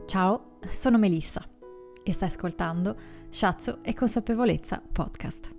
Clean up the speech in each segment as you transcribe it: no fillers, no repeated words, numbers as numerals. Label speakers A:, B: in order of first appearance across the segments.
A: Ciao, sono Melissa e stai ascoltando Shiatsu e Consapevolezza Podcast.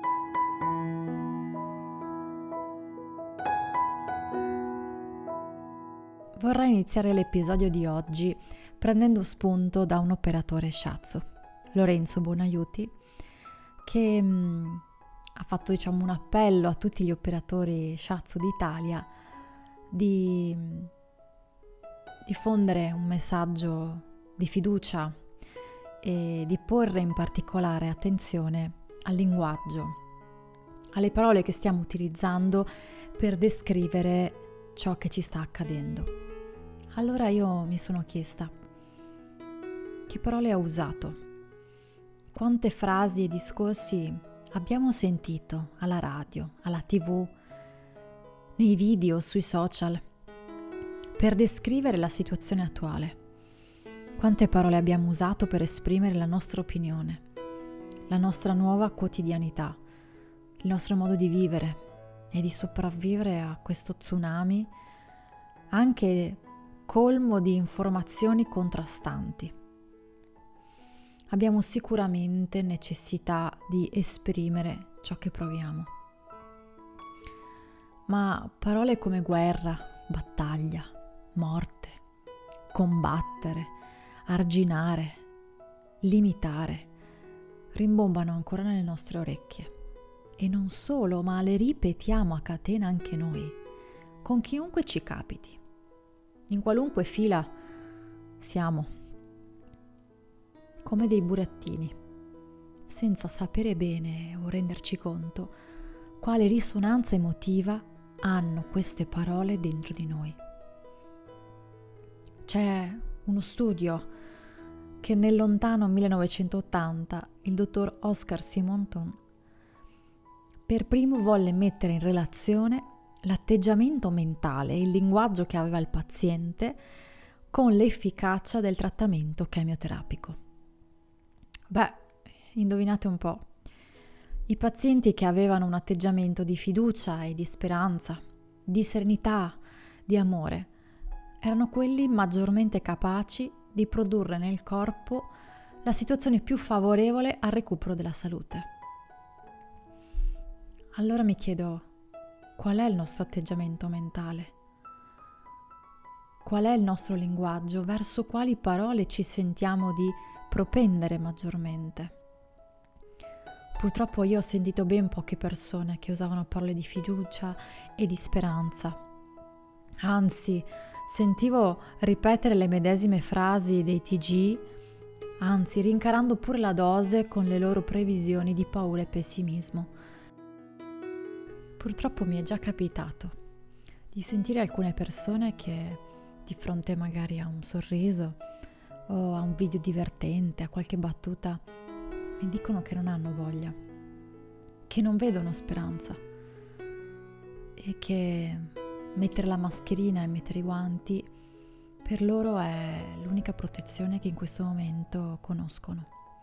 A: Vorrei iniziare l'episodio di oggi prendendo spunto da un operatore Shiatsu, Lorenzo Buonaiuti, che ha fatto un appello a tutti gli operatori Shiatsu d'Italia di diffondere un messaggio di fiducia e di porre in particolare attenzione al linguaggio, alle parole che stiamo utilizzando per descrivere ciò che ci sta accadendo. Allora io mi sono chiesta: che parole ha usato? Quante frasi e discorsi abbiamo sentito alla radio, alla TV, nei video, sui social, per descrivere la situazione attuale? Quante parole abbiamo usato per esprimere la nostra opinione, la nostra nuova quotidianità, il nostro modo di vivere e di sopravvivere a questo tsunami, anche colmo di informazioni contrastanti. Abbiamo sicuramente necessità di esprimere ciò che proviamo. Ma parole come guerra, battaglia, morte, combattere, arginare, limitare, rimbombano ancora nelle nostre orecchie. E non solo, ma le ripetiamo a catena anche noi, con chiunque ci capiti. In qualunque fila siamo, come dei burattini, senza sapere bene o renderci conto quale risonanza emotiva hanno queste parole dentro di noi. C'è uno studio che nel lontano 1980 il dottor Oscar Simonton per primo volle mettere in relazione l'atteggiamento mentale e il linguaggio che aveva il paziente con l'efficacia del trattamento chemioterapico. Indovinate un po'. I pazienti che avevano un atteggiamento di fiducia e di speranza, di serenità, di amore, erano quelli maggiormente capaci di produrre nel corpo la situazione più favorevole al recupero della salute. Allora mi chiedo, qual è il nostro atteggiamento mentale? Qual è il nostro linguaggio? Verso quali parole ci sentiamo di propendere maggiormente? Purtroppo io ho sentito ben poche persone che usavano parole di fiducia e di speranza. Anzi, sentivo ripetere le medesime frasi dei TG, rincarando pure la dose con le loro previsioni di paura e pessimismo. Purtroppo mi è già capitato di sentire alcune persone che di fronte magari a un sorriso o a un video divertente, a qualche battuta, mi dicono che non hanno voglia, che non vedono speranza e che mettere la mascherina e mettere i guanti per loro è l'unica protezione che in questo momento conoscono.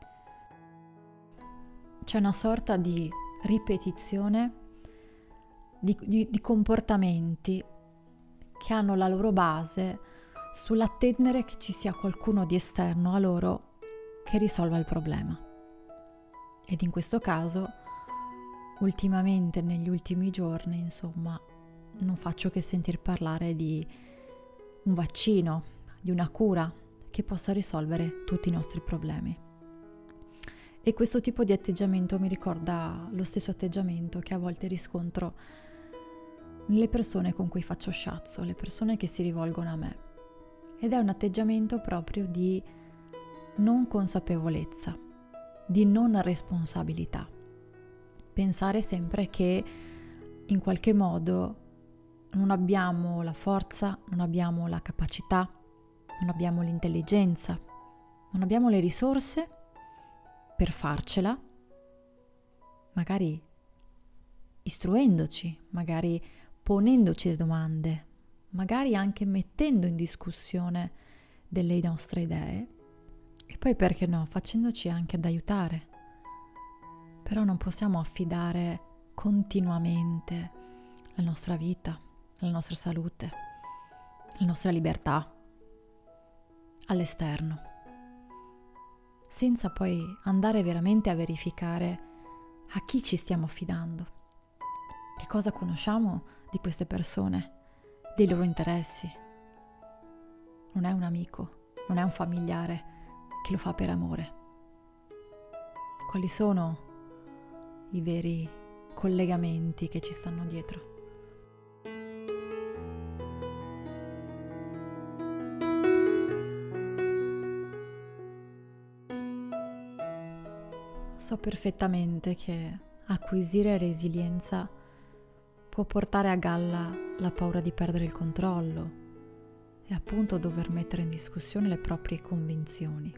A: C'è una sorta di ripetizione di comportamenti che hanno la loro base sull'attendere che ci sia qualcuno di esterno a loro che risolva il problema. Ed in questo caso, ultimamente, negli ultimi giorni, non faccio che sentir parlare di un vaccino, di una cura che possa risolvere tutti i nostri problemi. E questo tipo di atteggiamento mi ricorda lo stesso atteggiamento che a volte riscontro nelle persone con cui faccio shiatsu, le persone che si rivolgono a me. Ed è un atteggiamento proprio di non consapevolezza, di non responsabilità. Pensare sempre che in qualche modo non abbiamo la forza, non abbiamo la capacità, non abbiamo l'intelligenza, non abbiamo le risorse per farcela, magari istruendoci, magari ponendoci le domande, magari anche mettendo in discussione delle nostre idee e poi, perché no, facendoci anche ad aiutare. Però non possiamo affidare continuamente la nostra vita, la nostra salute, la nostra libertà all'esterno, senza poi andare veramente a verificare a chi ci stiamo affidando, che cosa conosciamo di queste persone, dei loro interessi. Non è un amico, non è un familiare che lo fa per amore. Quali sono i veri collegamenti che ci stanno dietro? So perfettamente che acquisire resilienza può portare a galla la paura di perdere il controllo e appunto dover mettere in discussione le proprie convinzioni.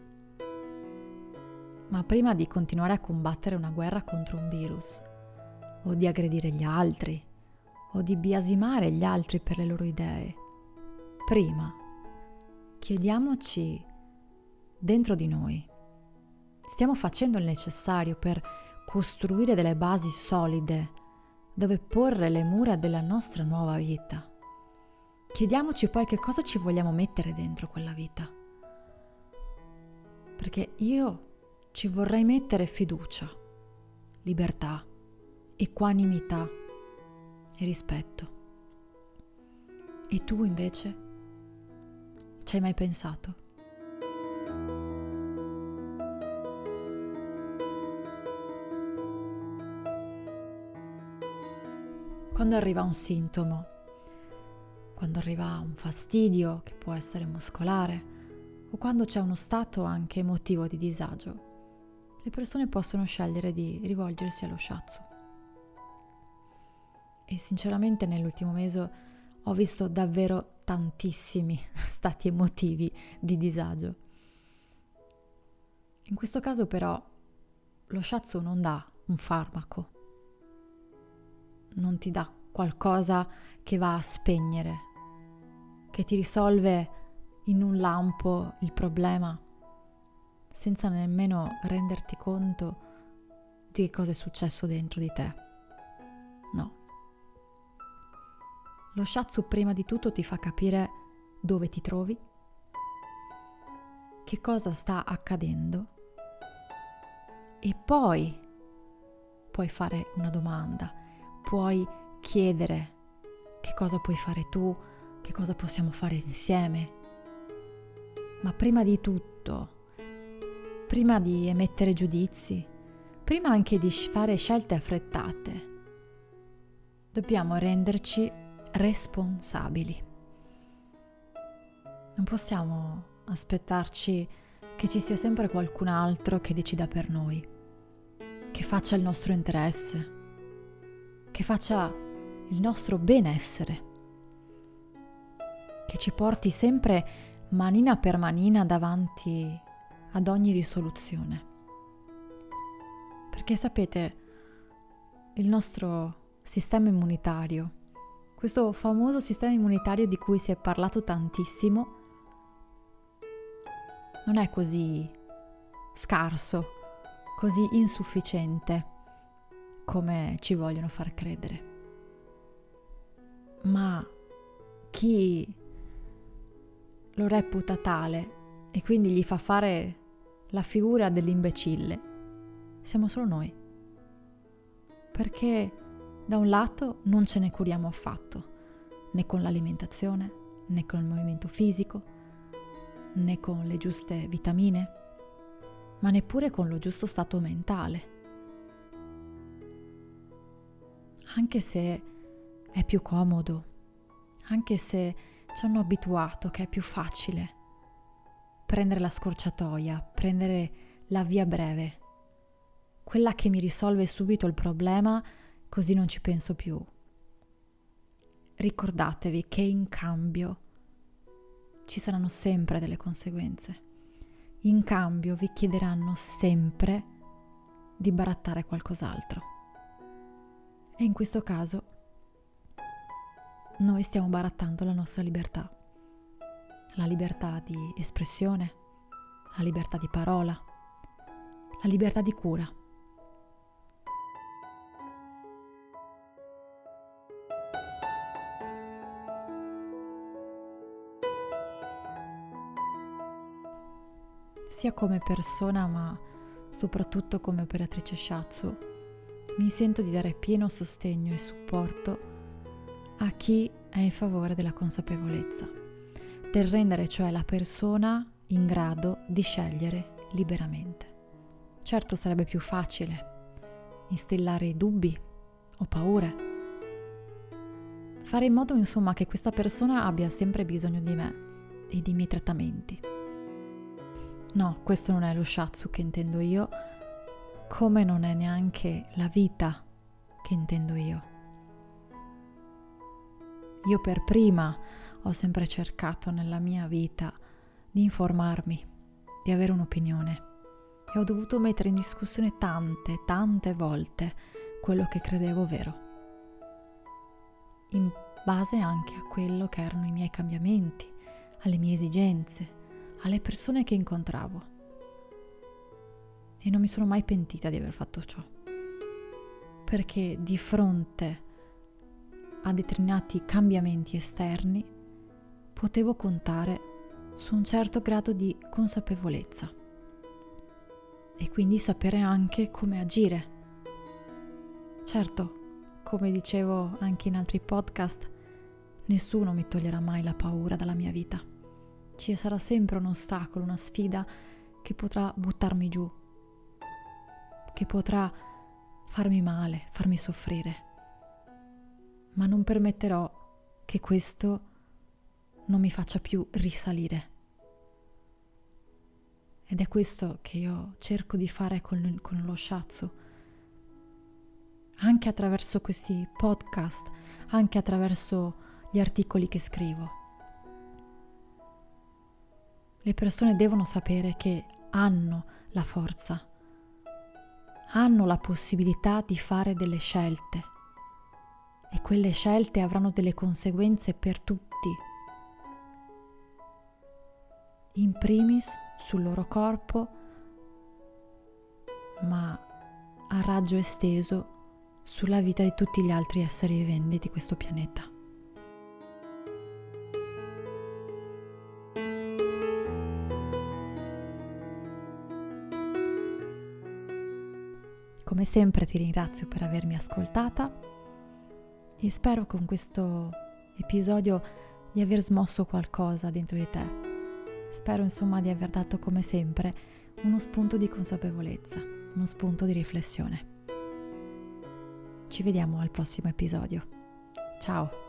A: Ma prima di continuare a combattere una guerra contro un virus, o di aggredire gli altri, o di biasimare gli altri per le loro idee, prima chiediamoci dentro di noi: stiamo facendo il necessario per costruire delle basi solide dove porre le mura della nostra nuova vita? Chiediamoci poi che cosa ci vogliamo mettere dentro quella vita. Perché io ci vorrei mettere fiducia, libertà, equanimità e rispetto. E tu invece? Ci hai mai pensato? Quando arriva un sintomo, quando arriva un fastidio che può essere muscolare o quando c'è uno stato anche emotivo di disagio, le persone possono scegliere di rivolgersi allo shiatsu. E sinceramente nell'ultimo mese ho visto davvero tantissimi stati emotivi di disagio. In questo caso però lo shiatsu non dà un farmaco, non ti dà qualcosa che va a spegnere, che ti risolve in un lampo il problema, senza nemmeno renderti conto di che cosa è successo dentro di te. No. Lo shiatsu prima di tutto ti fa capire dove ti trovi, che cosa sta accadendo, e poi puoi fare una domanda, puoi chiedere che cosa puoi fare tu, che cosa possiamo fare insieme. Ma prima di tutto, prima di emettere giudizi, prima anche di fare scelte affrettate, dobbiamo renderci responsabili. Non possiamo aspettarci che ci sia sempre qualcun altro che decida per noi, che faccia il nostro interesse, che faccia il nostro benessere, che ci porti sempre manina per manina davanti ad ogni risoluzione. Perché sapete, il nostro sistema immunitario, questo famoso sistema immunitario di cui si è parlato tantissimo, non è così scarso, così insufficiente come ci vogliono far credere. Ma chi lo reputa tale e quindi gli fa fare la figura dell'imbecille siamo solo noi. Perché da un lato non ce ne curiamo affatto, né con l'alimentazione, né con il movimento fisico, né con le giuste vitamine, ma neppure con lo giusto stato mentale. Anche se è più comodo, anche se ci hanno abituato che è più facile prendere la scorciatoia, prendere la via breve, quella che mi risolve subito il problema, così non ci penso più. Ricordatevi che in cambio ci saranno sempre delle conseguenze. In cambio vi chiederanno sempre di barattare qualcos'altro. E in questo caso noi stiamo barattando la nostra libertà. La libertà di espressione, la libertà di parola, la libertà di cura. sia come persona ma soprattutto come operatrice shiatsu, mi sento di dare pieno sostegno e supporto a chi è in favore della consapevolezza, del rendere cioè la persona in grado di scegliere liberamente. Certo sarebbe più facile instillare dubbi o paure, fare in modo insomma che questa persona abbia sempre bisogno di me e dei miei trattamenti. No, questo non è lo shiatsu che intendo io, come non è neanche la vita che intendo io. Io per prima ho sempre cercato nella mia vita di informarmi, di avere un'opinione e ho dovuto mettere in discussione tante volte quello che credevo vero, in base anche a quello che erano i miei cambiamenti, alle mie esigenze, alle persone che incontravo. E non mi sono mai pentita di aver fatto ciò, perché di fronte a determinati cambiamenti esterni potevo contare su un certo grado di consapevolezza e quindi sapere anche come agire. Certo, come dicevo anche in altri podcast, nessuno mi toglierà mai la paura dalla mia vita. Ci sarà sempre un ostacolo, una sfida che potrà buttarmi giù, che potrà farmi male, farmi soffrire. Ma non permetterò che questo non mi faccia più risalire. Ed è questo che io cerco di fare con lo shiatsu. Anche attraverso questi podcast, anche attraverso gli articoli che scrivo. Le persone devono sapere che hanno la forza, hanno la possibilità di fare delle scelte e quelle scelte avranno delle conseguenze per tutti, in primis sul loro corpo, ma a raggio esteso sulla vita di tutti gli altri esseri viventi di questo pianeta. Come sempre ti ringrazio per avermi ascoltata e spero con questo episodio di aver smosso qualcosa dentro di te. Spero insomma di aver dato come sempre uno spunto di consapevolezza, uno spunto di riflessione. Ci vediamo al prossimo episodio. Ciao!